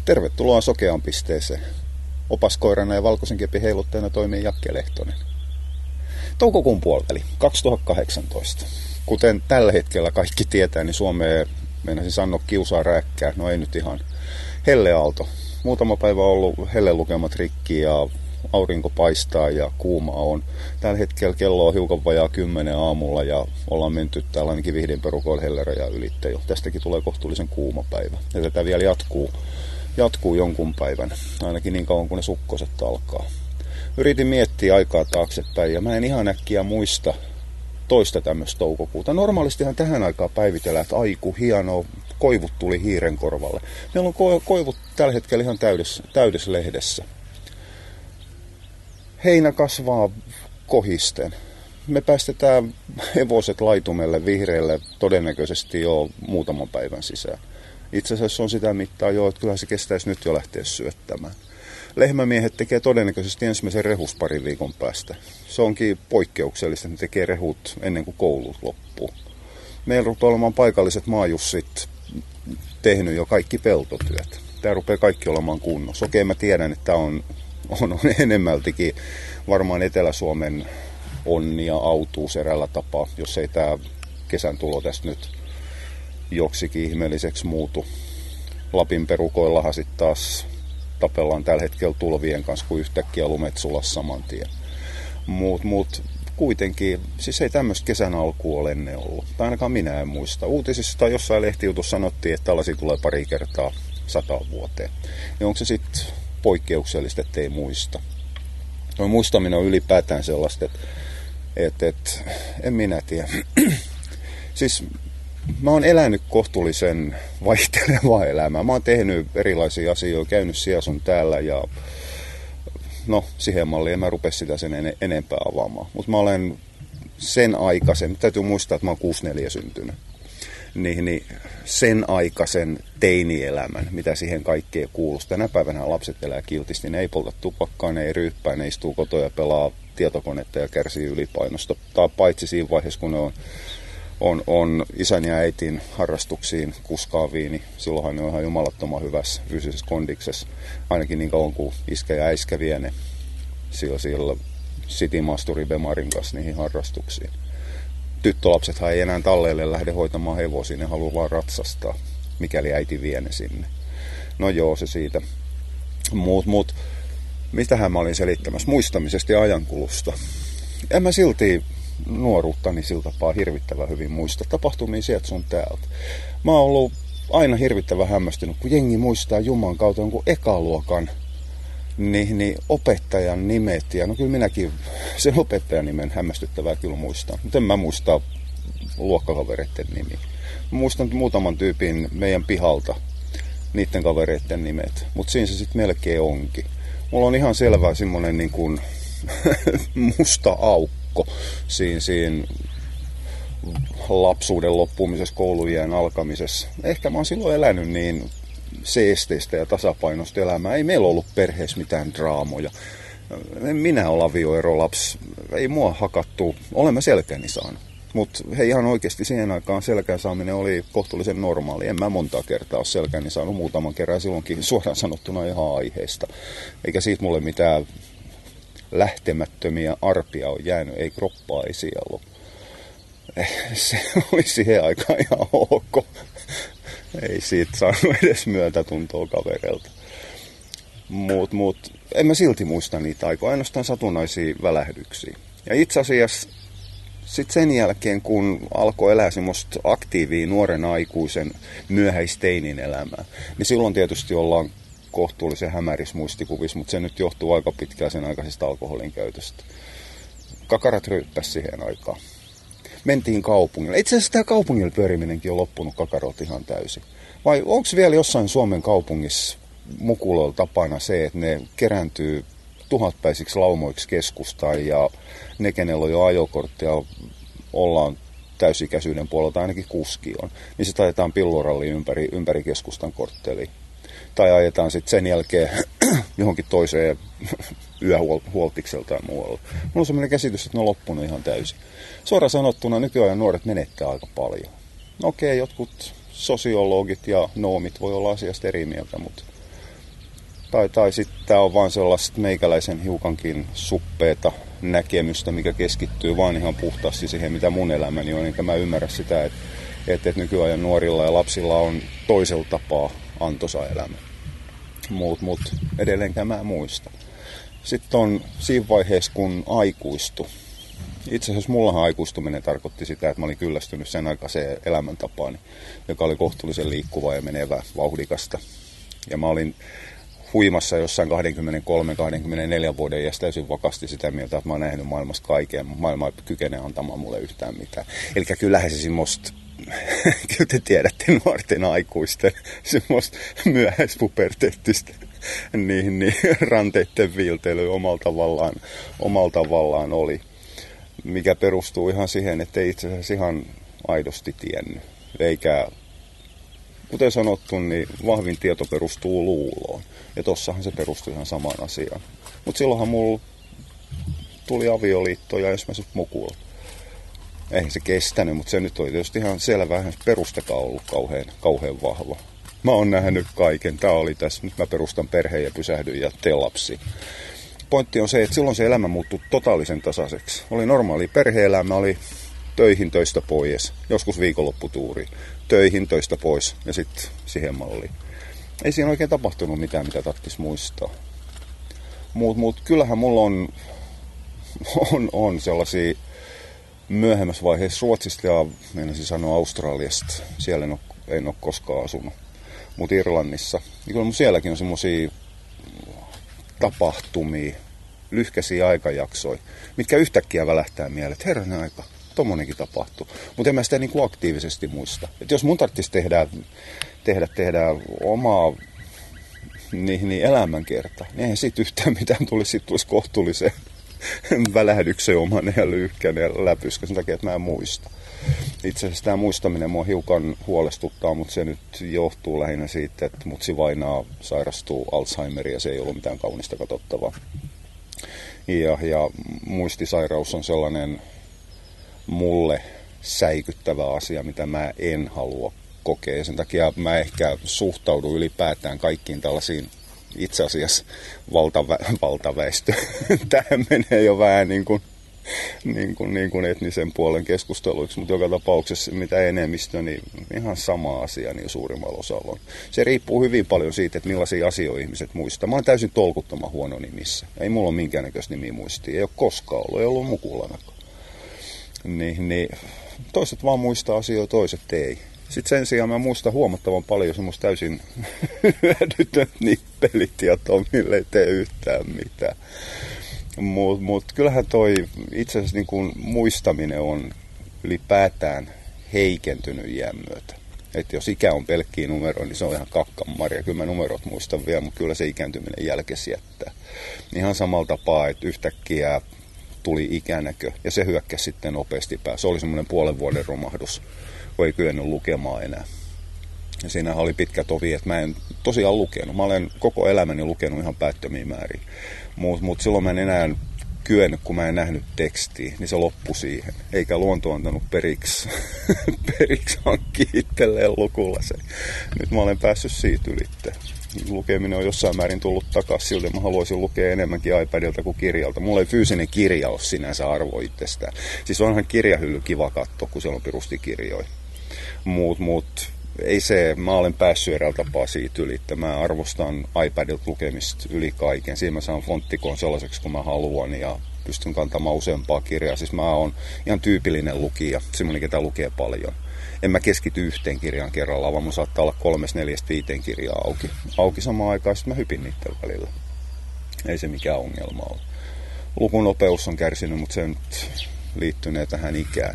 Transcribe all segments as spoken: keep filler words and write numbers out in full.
Tervetuloa Sokeaan pisteeseen. Opaskoirana ja valkoisen kepin heiluttajana toimii Jakke Lehtonen. Toukokuun puoliväli kaksituhattakahdeksantoista. Kuten tällä hetkellä kaikki tietää, niin Suomeen meinasin sanoa kiusaa rääkkää. No ei nyt ihan. Helleaalto. Muutama päivä on ollut hellelukemat rikki ja aurinko paistaa ja kuuma on. Tällä hetkellä kello on hiukan vajaa kymmenen aamulla ja ollaan menty täällä ainakin Vihdin perukoilla hellerajan ylitse jo. Tästäkin tulee kohtuullisen kuuma päivä. Ja tätä vielä jatkuu, jatkuu jonkun päivän, ainakin niin kauan kuin ne sukkoset alkaa. Yritin miettiä aikaa taaksepäin ja mä en ihan äkkiä muista toista tämmöistä toukokuuta. Normaalistihan tähän aikaan päivitellään, että aiku, hienoa, koivut tuli hiiren korvalle. Meillä on koivut tällä hetkellä ihan täydessä, täydessä lehdessä. Heinä kasvaa kohisten. Me päästetään hevoset laitumelle vihreälle todennäköisesti jo muutaman päivän sisään. Itse asiassa on sitä mittaa jo, että kyllähän se kestäisi nyt jo lähteä syöttämään. Lehmämiehet tekee todennäköisesti ensimmäisen rehus parin viikon päästä. Se onkin poikkeuksellista, että ne tekee rehut ennen kuin koulut loppuu. Meillä rupeaa olemaan paikalliset maajussit tehnyt jo kaikki peltotyöt. Tämä rupeaa kaikki olemaan kunnossa. Okei, mä tiedän, että tämä on, on, on enemmältikin varmaan Etelä-Suomen onnia autuus erällä tapaa, jos ei tämä kesän tulo tästä nyt joksikin ihmeelliseksi muutu. Lapin perukoillahan sitten taas tapellaan tällä hetkellä tulvien kanssa, kun yhtäkkiä lumet sulas saman tien. Mut, mut kuitenkin, siis ei tämmöistä kesän alkua ole ennen ollut. Tai ainakaan minä en muista. Uutisissa tai jossain lehtijutussa sanottiin, että tällaisia tulee pari kertaa sataan vuoteen. Ja onko se sitten poikkeuksellista, että ei muista? No, muistaminen on ylipäätään sellaista, että et, et, en minä tiedä. Siis mä oon elänyt kohtuullisen vaihtelevaa elämää. Mä oon tehnyt erilaisia asioita, käynyt siellä sun täällä ja no siihen malliin en mä rupea sitä sen en, enempää avaamaan. Mutta mä olen sen aikaisen, täytyy muistaa, että mä oon kuusikymmentäneljä syntynyt, niin, niin sen aikaisen teinielämän, mitä siihen kaikkeen kuuluu. Tänä päivänä lapset elää kiltisti, ne ei polta tupakkaa, ne ei ryyppää, ne istuu kotoa ja pelaa tietokonetta ja kärsii ylipainosta. Tai paitsi siinä vaiheessa, kun ne on On, on isän ja äitin harrastuksiin kuskaaviin, niin silloinhan ne on ihan jumalattoman hyvässä fyysisessä kondiksessa. Ainakin niin kauan kuin iskä ja äiskä vie ne sillä, sillä City-masturi Bemarin kanssa niihin harrastuksiin. Tyttölapsethan ei enää talleille lähde hoitamaan hevosia, ne haluaa vaan ratsastaa, mikäli äiti vie ne sinne. No joo, se siitä. Mut, mut, mitähän mä olin selittämässä muistamisesta ja ajankulusta. En mä silti nuoruuttani sillä tapaa hirvittävän hyvin muista. Tapahtumia sieltä sun täältä. Mä oon ollut aina hirvittävän hämmästynyt, kun jengi muistaa Jumalan kautta jonkun ekaluokan niin, niin opettajan nimet. Ja no kyllä minäkin sen opettajan nimen hämmästyttävää kyllä muistan. Mutta en mä muista luokkakavereiden nimi. Mä muistan muutaman tyypin meidän pihalta, niiden kavereiden nimet. Mutta siinä se sitten melkein onkin. Mulla on ihan selvää semmonen niin kuin musta aukko siinä, siinä lapsuuden loppumisessa, koulujen alkamisessa. Ehkä mä oon silloin elänyt niin seesteistä ja tasapainosta elämää. Ei meillä ollut perheessä mitään draamoja. Minä olen avioerolapsi. Ei mua hakattu. Olen mä selkäni saanut. Mutta hei, ihan oikeasti siihen aikaan selkään saaminen oli kohtuullisen normaali. En mä montaa kertaa ole selkäni saanut, muutaman kerran silloinkin suoraan sanottuna ihan aiheesta. Eikä siitä mulle mitään lähtemättömiä arpia on jäänyt, ei kroppaa, ei sielu. Se oli siihen aikaan ihan ok. Ei siitä saanut edes myötätuntoa kavereilta. Mut, mut, en mä silti muista niitä aikoja, ainoastaan satunnaisia välähdyksiä. Ja itse asiassa sitten sen jälkeen, kun alkoi elää semmoista aktiivia nuoren aikuisen myöhäisteinin elämää, niin silloin tietysti ollaan kohtuullisen hämärissä muistikuvissa, mutta se nyt johtuu aika pitkään sen aikaisesta alkoholin käytöstä. Kakarat ryyppäsi siihen aikaan. Mentiin kaupungille. Itse asiassa tämä kaupungilla pyöriminenkin on loppunut kakarot ihan täysin. Vai onko vielä jossain Suomen kaupungissa mukuloilla tapana se, että ne kerääntyy tuhatpäisiksi laumoiksi keskustaan ja ne, kenellä on jo ajokorttia, ollaan täysikäisyyden puolelta, ainakin kuski on, niin se ajetaan pilluralliin ympäri, ympäri keskustan kortteliin. Tai ajetaan sitten sen jälkeen johonkin toiseen yöhuoltikselta tai muualle. Mulla on sellainen käsitys, että ne on loppunut ihan täysin. Suoraan sanottuna nykyajan nuoret menettää aika paljon. Okei, jotkut sosiologit ja noomit voi olla asiasta eri mieltä, mutta Tai, tai sitten tämä on vaan sellaista meikäläisen hiukankin suppeeta näkemystä, mikä keskittyy vaan ihan puhtaasti siihen, mitä mun elämäni on. Enkä mä ymmärrä sitä, että, että nykyajan nuorilla ja lapsilla on toisella tapaa antoisa elämä. Mut, mut edelleenkään mä muista. Sitten on siinä vaiheessa, kun aikuistui. Itse asiassa mullahan aikuistuminen tarkoitti sitä, että mä olin kyllästynyt sen aikaiseen elämäntapaani, joka oli kohtuullisen liikkuvaa ja menevää, vauhdikasta. Ja mä olin huimassa jossain kaksikymmentäkolme kaksikymmentäneljä vuoden iästä täysin vakaasti sitä mieltä, että mä oon nähnyt maailmassa kaiken. Maailma ei kykene antamaan mulle yhtään mitään. Eli kyllähän se semmoista, kyllä te tiedätte nuorten aikuisten, semmoista myöhäispuberteettistä niin, niin, ranteiden viiltely omalla tavallaan, omalla tavallaan oli. Mikä perustuu ihan siihen, että ei itse asiassa ihan aidosti tiennyt. Eikä, kuten sanottu, niin vahvin tieto perustuu luuloon. Ja tossahan se perustuu ihan samaan asiaan. Mutta silloinhan mulla tuli avioliitto ja ensimmäiset mukulat. Eihän se kestänyt, mutta se nyt oli tietysti ihan selvä. Eihän perustakaan ollut kauhean, kauhean vahva. Mä oon nähnyt kaiken. Tää oli tässä. Nyt mä perustan perheen ja pysähdyn ja teen lapsi. Pointti on se, että silloin se elämä muuttui totaalisen tasaiseksi. Oli normaali perhe-elämä, oli töihin töistä pois, joskus viikonlopputuuri, töihin töistä pois ja sitten siihen malliin. Ei siinä oikein tapahtunut mitään, mitä tarvitsisi muistaa. Mutta mut, kyllähän mulla on, on, on sellaisia myöhemmässä vaiheessa Ruotsista ja meinasin sanoa Australiasta. Siellä en ole, en ole koskaan asunut. Mutta Irlannissa, niin kyllä sielläkin on semmoisia tapahtumia, lyhkäisiä aikajaksoja, mitkä yhtäkkiä välähtää mieleen, että herranen aika, tommonenkin tapahtuu. Mutta en mä sitä niin kuin aktiivisesti muista. Et jos mun tarvitsisi tehdä, tehdä, tehdä omaa niin, niin elämänkerta, niin eihän siitä yhtään mitään tulisi, siitä tulisi kohtuullisen välähdyksen omanen ja lyhkäinen ja läpyskä sen takia, että mä en muista. Itse asiassa tämä muistaminen mua hiukan huolestuttaa, mutta se nyt johtuu lähinnä siitä, että mutsi vainaa sairastuu Alzheimeria ja se ei ollut mitään kaunista katsottavaa. Ja, ja muistisairaus on sellainen mulle säikyttävä asia, mitä mä en halua kokea. Sen takia mä ehkä suhtaudun ylipäätään kaikkiin tällaisiin itse asiassa valtavä, valtaväestö. Tähän menee jo vähän niin kuin Niin kuin, niin kuin etnisen puolen keskusteluiksi, mutta joka tapauksessa mitä enemmistö, niin ihan sama asia niin suurimmalla osalla on. Se riippuu hyvin paljon siitä, että millaisia asioita ihmiset muistaa. Mä oon täysin tolkuttoman huono nimissä. Ei mulla ole minkäännäköistä nimiä muistia. Ei ole koskaan ollut, ei ollut mukulanakaan. Niin, niin, toiset vaan muistaa asioita, toiset ei. Sitten sen sijaan mä muistan huomattavan paljon semmoista täysin hyödytöntä nippelitietoa, mille ei tee yhtään mitään. Mutta mut, kyllähän toi itse asiassa niin kun muistaminen on ylipäätään heikentynyt iän myötä. Että jos ikä on pelkkiä numeroja, niin se on ihan kakkanmarja. Kyllä mä numerot muistan vielä, mutta kyllä se ikääntyminen jälkesi jättää. Ihan samalla tapaa, että yhtäkkiä tuli ikänäkö ja se hyökkäsi sitten nopeasti päässä. Se oli semmoinen puolen vuoden romahdus, kun ei kyennyt lukemaan enää. Ja siinähän oli pitkä tovi, että mä en tosiaan lukenut. Mä olen koko elämäni lukenut ihan päättömiä määriä. Mutta mut silloin mä en enää kyennyt, kun mä en nähnyt tekstiä, niin se loppui siihen. Eikä luonto antanut periksi, periksi hankkia itselleen lukulasen. Nyt mä olen päässyt siitä ylitteen. Lukeminen on jossain määrin tullut takaisin siltä. Mä haluaisin lukea enemmänkin iPadilta kuin kirjalta. Mulla ei fyysinen kirja ole sinänsä arvo itsestään. Siis onhan kirjahylly kiva katsoa, kun siellä on pirusti kirjoja. Mut, mut ei se, mä olen päässyt eräällä tapaa siitä yli, että mä arvostan iPadilta lukemista yli kaiken. Siinä mä saan fonttikon sellaiseksi, kun mä haluan ja pystyn kantamaan useampaa kirjaa. Siis mä oon ihan tyypillinen lukija, semmoinen, ketä lukee paljon. En mä keskity yhteen kirjaan kerrallaan, vaan mun saattaa olla kolmesta, neljästä, viiteen kirjaa auki. Auki samaan aikaan, sitten mä hypin niiden välillä. Ei se mikään ongelma ole. Lukunopeus on kärsinyt, mutta se nyt liittynee tähän ikään.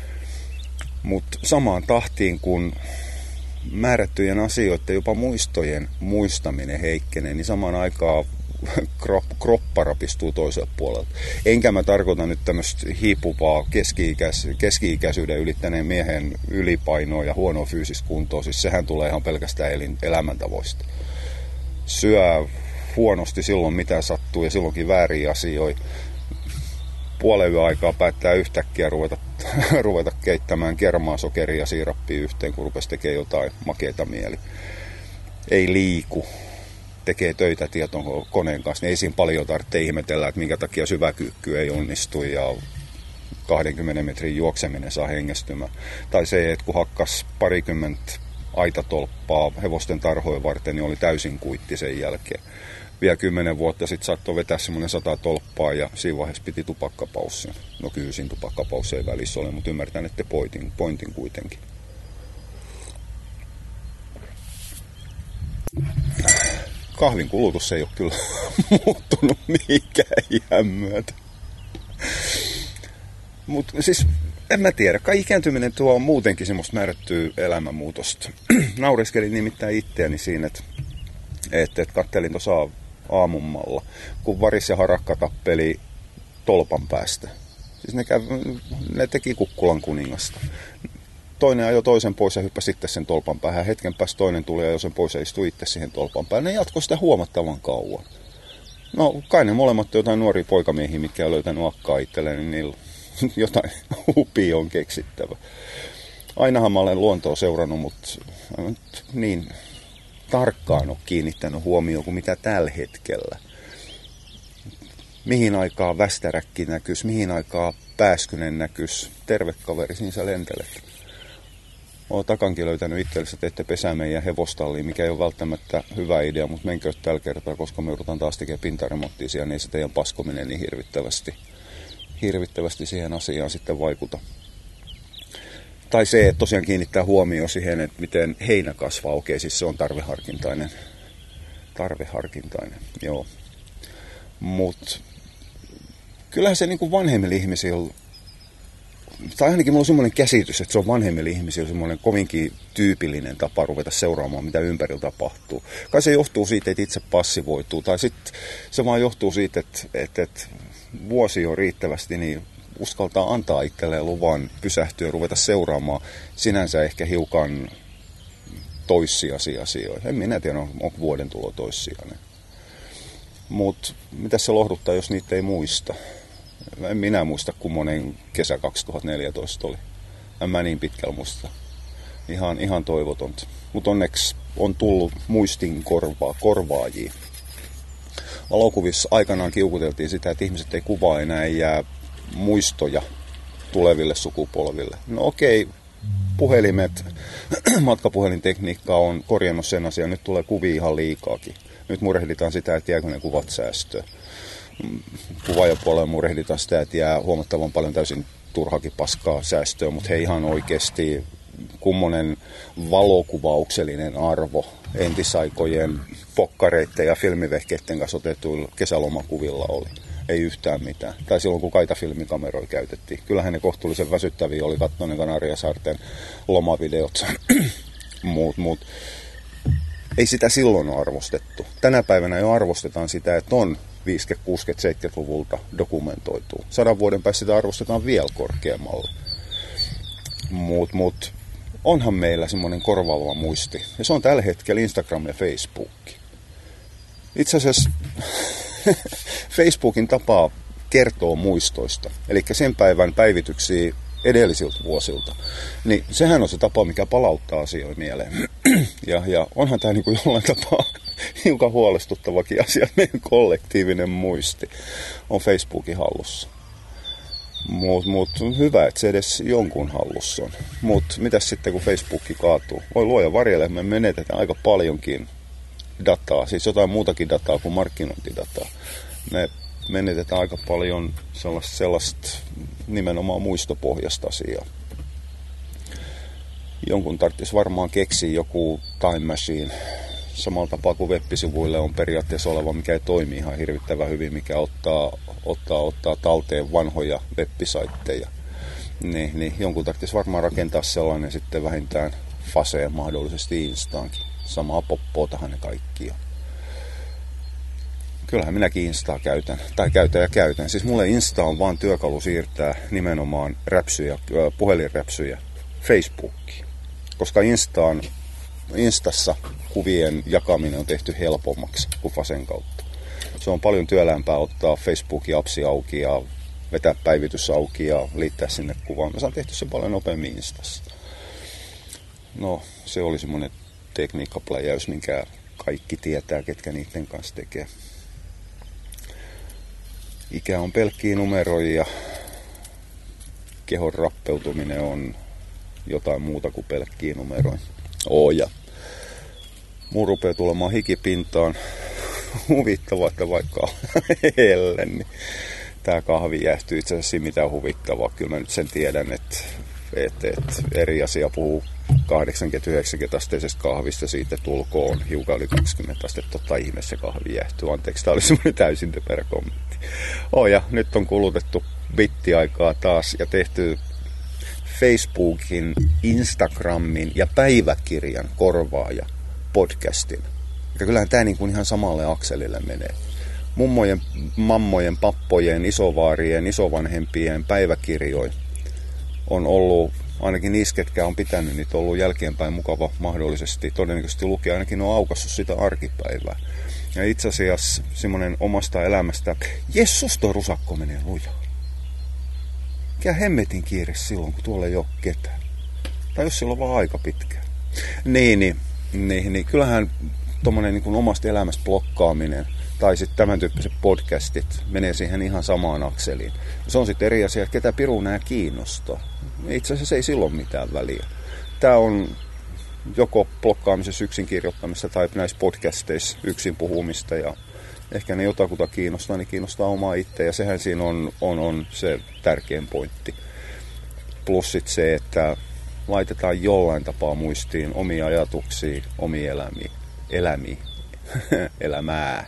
Mutta samaan tahtiin, kun määrättyjen asioiden, jopa muistojen muistaminen heikkenee, niin samaan aikaan kroppa rapistuu toiselle puolelle. Enkä mä tarkoita nyt tämmöistä hiipuvaa keski-ikäis- keski-ikäisyyden ylittäneen miehen ylipainoa ja huonoa fyysistä kuntoa. Siis sehän tulee ihan pelkästään elin- elämäntavoista. Syö huonosti silloin mitä sattuu ja silloinkin vääriä asioita. Puolen yön aikaa päättää yhtäkkiä ruveta, ruveta keittämään kermaa, sokeria ja siirappia yhteen, kun rupesi tekemään jotain makeita mieli. Ei liiku. tekee töitä tietokoneen kanssa, niin ei siinä paljon tarvitse ihmetellä, että minkä takia syväkyykky ei onnistu ja kahdenkymmenen metrin juokseminen saa hengestymään. Tai se, että kun hakkas parikymmentä aitatolppaa hevosten tarhoja varten, niin oli täysin kuitti sen jälkeen. Vielä kymmenen vuotta sitten saattoi vetää semmoinen sata tolppaa ja siinä vaiheessa piti tupakkapaussin. No kyllä siinä tupakkapaussi ei välissä ole, mutta ymmärtän, että pointin, pointin kuitenkin. Kahvin kulutus ei ole kyllä muuttunut mihinkään iän myötä. Mutta siis en mä tiedä, kai ikääntyminen tuo muutenkin semmoista määrättyä elämänmuutosta. Naureskelin nimittäin itseäni siinä, että et, et kattelin tuossa aamummalla, kun varis ja harakka tappeli tolpan päästä. Siis ne, kävi, ne teki Kukkulan kuningasta. Toinen ajoi toisen pois ja hyppäsi sitten sen tolpan päähän. Hetken päästä toinen tuli ja ajoi sen pois ja istui itse siihen tolpan päähän. Ne jatkoi sitä huomattavan kauan. No kai ne molemmat jotain nuoria poikamiehiä, mitkä on löytänyt akkaa itselleen, niin niillä jotain hupia on keksittävä. Ainahan mä olen luontoa seurannut, mutta niin tarkkaan ole kiinnittänyt huomioon kuin mitä tällä hetkellä. Mihin aikaa västäräkki näkyisi, mihin aikaa Pääskynen näkyisi. Terve kaveri, siinä sä lentelet. Olen takankin löytänyt itsellesi, että ette pesää meidän hevostalliin, mikä ei ole välttämättä hyvä idea, mutta menkö tällä kertaa, koska me joudutaan taas tekemään pintaremonttia siellä, niin ei se teidän paskominen niin hirvittävästi, hirvittävästi siihen asiaan sitten vaikuta. Tai se, että tosiaan kiinnittää huomioon siihen, että miten heinä kasvaa. Okei, siis se on tarveharkintainen. Tarveharkintainen, joo. Mutta kyllähän se niin kuin vanhemmilla ihmisillä, tai ainakin mulla on semmoinen käsitys, että se on vanhemmilla ihmisillä semmoinen kovinkin tyypillinen tapa ruveta seuraamaan, mitä ympärillä tapahtuu. Kai se johtuu siitä, että itse passivoituu, tai sitten se vaan johtuu siitä, että, että, että vuosi on riittävästi, niin uskaltaa antaa itselleen luvan pysähtyä ja ruveta seuraamaan sinänsä ehkä hiukan toissijaisia asioita. En minä tiedä, onko vuoden tulo toissijainen. Mutta mitä se lohduttaa, jos niitä ei muista? En minä muista, kummonen kesä kaksituhattaneljätoista oli. En mä niin pitkällä muista. Ihan, ihan toivotonta. Mutta onneksi on tullut muistin korvaa, korvaajia. Valokuvissa aikanaan kiukuteltiin sitä, että ihmiset ei kuvaa enää, ei jää muistoja tuleville sukupolville. No okei, puhelimet, matkapuhelintekniikka on korjannut sen asian. Nyt tulee kuvia ihan liikaakin. Nyt murehditaan sitä, että jääkö ne kuvat säästöön. Kuvaajapuolella murehditaan sitä, että jää huomattavan paljon täysin turhakin paskaa säästöön, mutta he ihan oikeasti kummonen valokuvauksellinen arvo entisaikojen pokkareiden ja filmivehkeiden kanssa otetuilla kesälomakuvilla oli. Ei yhtään mitään. Tai silloin, kun kaitafilmikameroja käytettiin. Kyllähän ne kohtuullisen väsyttäviä oli, katsoa ne Kanariasaarten lomavideot. Mut, mut. Ei sitä silloin ole arvostettu. Tänä päivänä jo arvostetaan sitä, että on viisikymmentä-, kuusikymmentä-, seitsemänkymmentäluvulta dokumentoituu. Sadan vuoden päästä sitä arvostetaan vielä korkeammalla. Mut, mut, onhan meillä semmoinen korvaava muisti. Ja se on tällä hetkellä Instagram ja Facebook. Itse asiassa Facebookin tapaa kertoo muistoista. Eli sen päivän päivityksiä edellisiltä vuosilta. Niin sehän on se tapa, mikä palauttaa asioita mieleen. Ja, ja onhan tämä niin kuin jollain tapaa hiukan huolestuttavakin asia. Meidän kollektiivinen muisti on Facebookin hallussa. Mutta mut, hyvä, että se edes jonkun hallussa on. Mutta mitäs sitten, kun Facebook kaatuu? Voi luoja varjelle, me menetetään aika paljonkin dataa. Siis jotain muutakin dataa kuin markkinointidataa. Me menetetään aika paljon sellaista, sellaista nimenomaan muistopohjasta asiaa. Jonkun tarvitsisi varmaan keksiä joku time machine samalla tapaa kuin web-sivuille on periaatteessa oleva, mikä ei toimi ihan hirvittävän hyvin, mikä ottaa, ottaa, ottaa talteen vanhoja web-saitteja. Niin, niin jonkun tarvitsisi varmaan rakentaa sellainen sitten vähintään Faceen, mahdollisesti Instaankin. Samaa poppootahan ne kaikki on. Kyllähän minäkin Instaa käytän, tai käytän ja käytän. Siis mulle Insta on vaan työkalu siirtää nimenomaan räpsyjä, puhelinräpsyjä Facebookiin. Koska Instaan, Instassa kuvien jakaminen on tehty helpommaksi kuin Facen kautta. Se on paljon työlämpää ottaa Facebookin appsi auki ja vetää päivitys auki ja liittää sinne kuvaan. Me saan tehty se paljon nopeammin Instassa. No, se oli semmoinen tekniikkapläjäys, minkä kaikki tietää, ketkä niiden kanssa tekee. Ikä on pelkkiä numeroja. Kehon rappeutuminen on jotain muuta kuin pelkkiä numeroja. Oo, ja mun rupeaa tulemaan hikipintaan. Huvittavaa, että vaikka on helle, niin tää kahvi jäähtyy itse asiassa mitään huvittavaa. Kyllä mä nyt sen tiedän, että, että, että eri asia puhuu kahdeksankymmentä yhdeksänkymmentä asteisesta kahvista, siitä tulkoon hiukan yli kaksikymmentä astetta, totta ihme se kahvi jäähtyy. Anteeksi, tää oli semmoinen täysin töperä kommentti. Oh, ja nyt on kulutettu bittiaikaa taas ja tehty Facebookin, Instagramin ja päiväkirjan korvaaja podcastin. Ja kyllähän tämä niin kuin ihan samalle akselille menee. Mummojen, mammojen, pappojen, isovaarien, isovanhempien päiväkirjoja on ollut, ainakin niissä, ketkä on pitänyt niitä, ollut jälkeenpäin mukava mahdollisesti, todennäköisesti lukea, ainakin on aukaissut sitä arkipäivää. Ja itse asiassa semmoinen omasta elämästä, jessus toi rusakko menee lujaa. Mikä hemmetin kiire silloin, kun tuolla ei ole ketään. Tai jos silloin on vaan aika pitkään. Niin, niin, niin, niin kyllähän tuommoinen niin kuin omasta elämästä blokkaaminen tai sitten tämän tyyppiset podcastit menee siihen ihan samaan akseliin. Se on sitten eri asia, että ketä piru nää kiinnostaa. Itse asiassa ei silloin mitään väliä. Tämä on joko blokkaamisessa yksin kirjoittamista tai näissä podcasteissa yksin puhumista ja ehkä ne jotakuta kiinnostaa, niin kiinnostaa omaa itseä ja sehän siinä on, on, on se tärkein pointti. Plus sit se, että laitetaan jollain tapaa muistiin omia ajatuksia, omia elämiä, elämiä, elämää.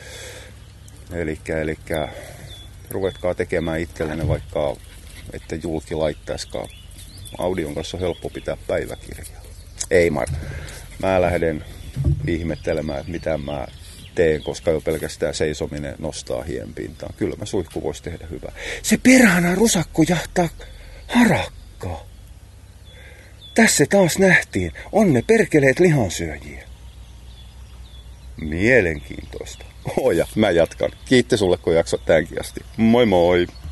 Elikkä, elikkä ruvetkaa tekemään itsellenne vaikka, että julki laittaisikaan. Audion kanssa on helppo pitää päiväkirjaa. Ei Mar, mä lähden ihmettelemään, että mitä mä teen, koska jo pelkästään seisominen nostaa hien pintaan. Kyllä mä suihku vois tehdä hyvää. Se perhana rusakko jahtaa harakkaa. Tässä taas nähtiin. On ne perkeleet lihansyöjiä. Mielenkiintoista. Oja, mä jatkan. Kiitti sulle, kun jaksot tämänkin asti. Moi moi!